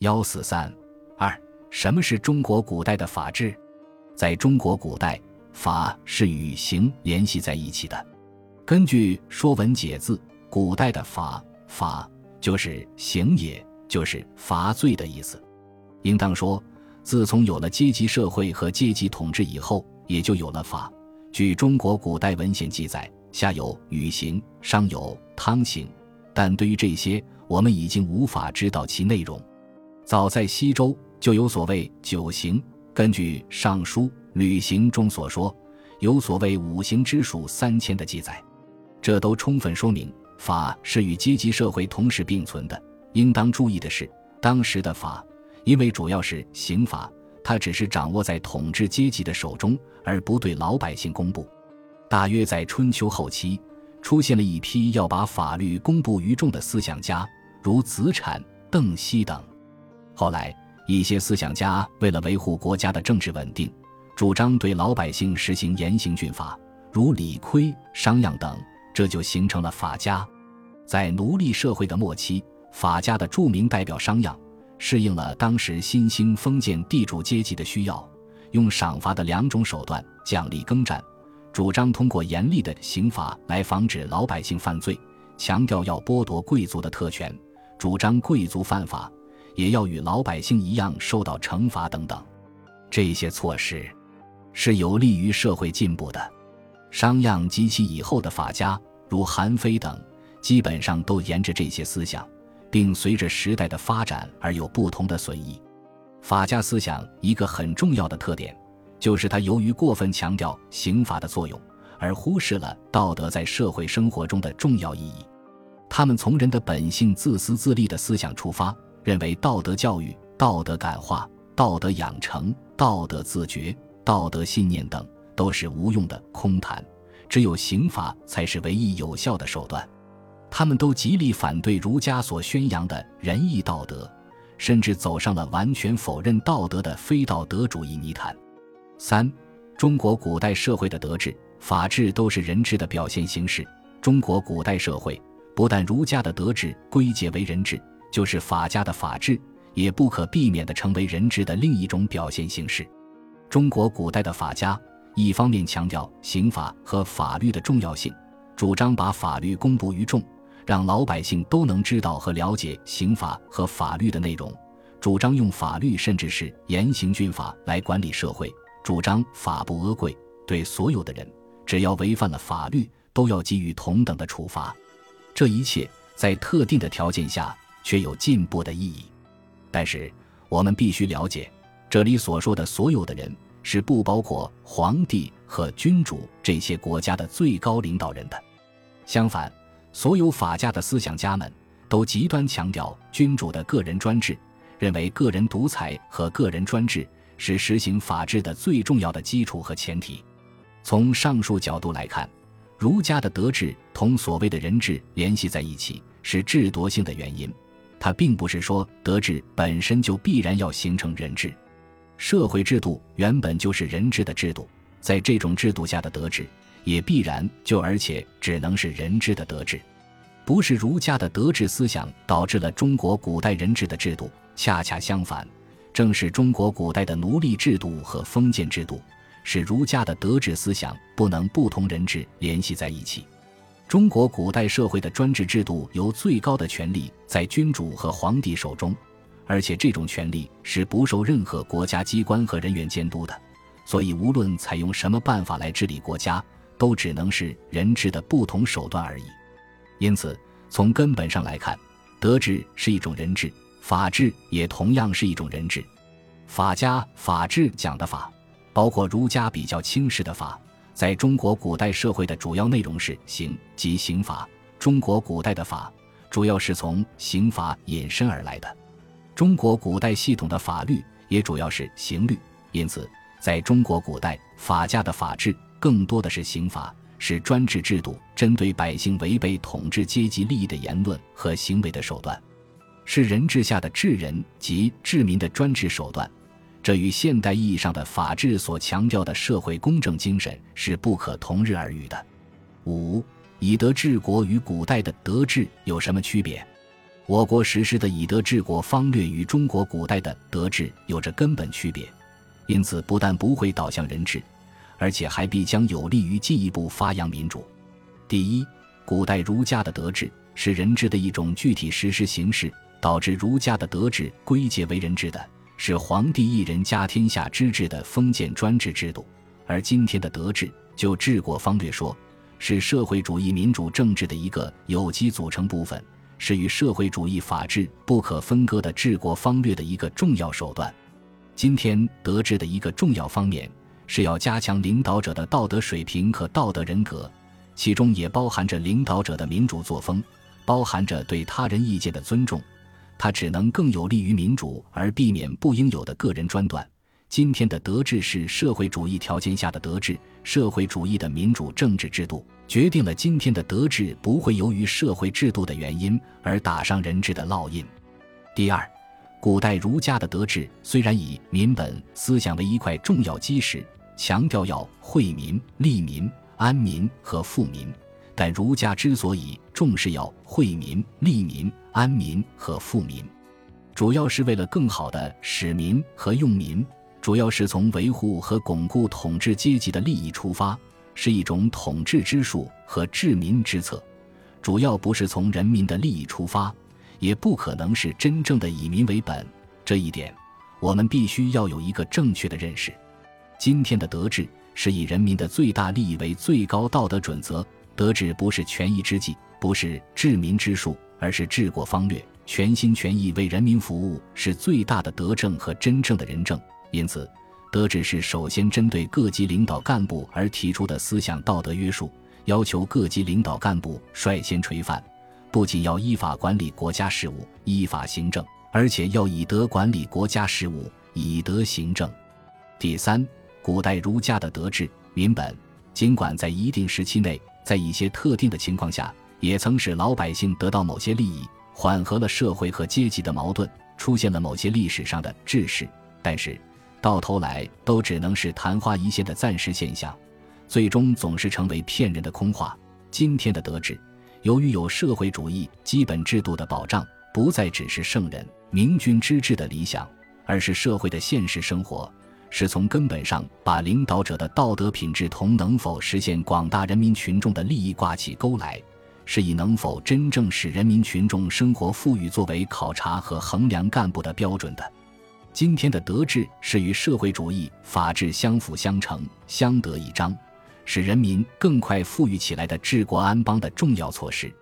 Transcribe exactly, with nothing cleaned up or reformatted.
一四三二，什么是中国古代的法治？在中国古代，法是与刑联系在一起的。根据《说文解字》，古代的法，法就是刑也，就是罚罪的意思。应当说，自从有了阶级社会和阶级统治以后，也就有了法。据中国古代文献记载，下有禹刑，上有汤刑，但对于这些，我们已经无法知道其内容。早在西周就有所谓九刑，根据《尚书·履刑》中所说，有所谓五刑之数三千的记载，这都充分说明法是与阶级社会同时并存的。应当注意的是，当时的法因为主要是刑法，它只是掌握在统治阶级的手中，而不对老百姓公布。大约在春秋后期，出现了一批要把法律公布于众的思想家，如子产、邓析等。后来一些思想家为了维护国家的政治稳定，主张对老百姓实行严刑峻法，如李悝、商鞅等，这就形成了法家。在奴隶社会的末期，法家的著名代表商鞅适应了当时新兴封建地主阶级的需要，用赏罚的两种手段奖励耕战，主张通过严厉的刑罚来防止老百姓犯罪，强调要剥夺贵族的特权，主张贵族犯法也要与老百姓一样受到惩罚等等。这些措施是有利于社会进步的。商鞅及其以后的法家，如韩非等，基本上都沿着这些思想，并随着时代的发展而有不同的损益。法家思想一个很重要的特点，就是它由于过分强调刑法的作用，而忽视了道德在社会生活中的重要意义。他们从人的本性自私自利的思想出发，认为道德教育、道德感化、道德养成、道德自觉、道德信念等都是无用的空谈，只有刑法才是唯一有效的手段。他们都极力反对儒家所宣扬的仁义道德，甚至走上了完全否认道德的非道德主义泥潭。三、中国古代社会的德治、法治都是人治的表现形式。中国古代社会不但儒家的德治归结为人治，就是法家的法治也不可避免地成为人治的另一种表现形式。中国古代的法家一方面强调刑法和法律的重要性，主张把法律公布于众，让老百姓都能知道和了解刑法和法律的内容，主张用法律甚至是严刑峻法来管理社会，主张法不阿贵，对所有的人只要违反了法律都要给予同等的处罚。这一切在特定的条件下却有进步的意义。但是我们必须了解，这里所说的所有的人是不包括皇帝和君主这些国家的最高领导人的。相反，所有法家的思想家们都极端强调君主的个人专制，认为个人独裁和个人专制是实行法治的最重要的基础和前提。从上述角度来看，儒家的德治同所谓的人治联系在一起，是制度性的原因，它并不是说德治本身就必然要形成人治。社会制度原本就是人治的制度，在这种制度下的德治也必然就而且只能是人治的德治。不是儒家的德治思想导致了中国古代人治的制度，恰恰相反，正是中国古代的奴隶制度和封建制度使儒家的德治思想不能不同人治联系在一起。中国古代社会的专制制度由最高的权力在君主和皇帝手中，而且这种权力是不受任何国家机关和人员监督的，所以无论采用什么办法来治理国家，都只能是人治的不同手段而已。因此从根本上来看，德治是一种人治，法治也同样是一种人治。法家法治讲的法，包括儒家比较轻视的法，在中国古代社会的主要内容是刑及刑法。中国古代的法主要是从刑法引申而来的，中国古代系统的法律也主要是刑律，因此在中国古代，法家的法治更多的是刑法，是专制制度针对百姓违背统治阶级利益的言论和行为的手段，是人治下的治人及治民的专制手段。这与现代意义上的法治所强调的社会公正精神是不可同日而语的。五、以德治国与古代的德治有什么区别？ 我国实施的以德治国方略与中国古代的德治有着根本区别，因此不但不会导向人治，而且还必将有利于进一步发扬民主。第一，古代儒家的德治是人治的一种具体实施形式，导致儒家的德治归结为人治的是皇帝一人家天下之治的封建专制制度，而今天的德治就治国方略说，是社会主义民主政治的一个有机组成部分，是与社会主义法治不可分割的治国方略的一个重要手段。今天德治的一个重要方面是要加强领导者的道德水平和道德人格，其中也包含着领导者的民主作风，包含着对他人意见的尊重，它只能更有利于民主而避免不应有的个人专断。今天的德治是社会主义条件下的德治，社会主义的民主政治制度决定了今天的德治不会由于社会制度的原因而打上人治的烙印。第二，古代儒家的德治虽然以民本思想为一块重要基石，强调要惠民、利民、安民和富民，但儒家之所以重视要惠民、利民、安民和富民，主要是为了更好地使民和用民，主要是从维护和巩固统治阶级的利益出发，是一种统治之术和治民之策，主要不是从人民的利益出发，也不可能是真正的以民为本。这一点我们必须要有一个正确的认识。今天的德治是以人民的最大利益为最高道德准则，德治不是权宜之计，不是治民之术，而是治国方略，全心全意为人民服务是最大的德政和真正的仁政。因此德治是首先针对各级领导干部而提出的思想道德约束，要求各级领导干部率先垂范，不仅要依法管理国家事务，依法行政，而且要以德管理国家事务，以德行政。第三，古代儒家的德治民本，尽管在一定时期内，在一些特定的情况下，也曾使老百姓得到某些利益，缓和了社会和阶级的矛盾，出现了某些历史上的治世，但是到头来都只能是昙花一现的暂时现象，最终总是成为骗人的空话。今天的德治由于有社会主义基本制度的保障，不再只是圣人明君之治的理想，而是社会的现实生活，是从根本上把领导者的道德品质同能否实现广大人民群众的利益挂起钩来，是以能否真正使人民群众生活富裕作为考察和衡量干部的标准的。今天的德治是与社会主义法治相辅相成，相得益彰，使人民更快富裕起来的治国安邦的重要措施。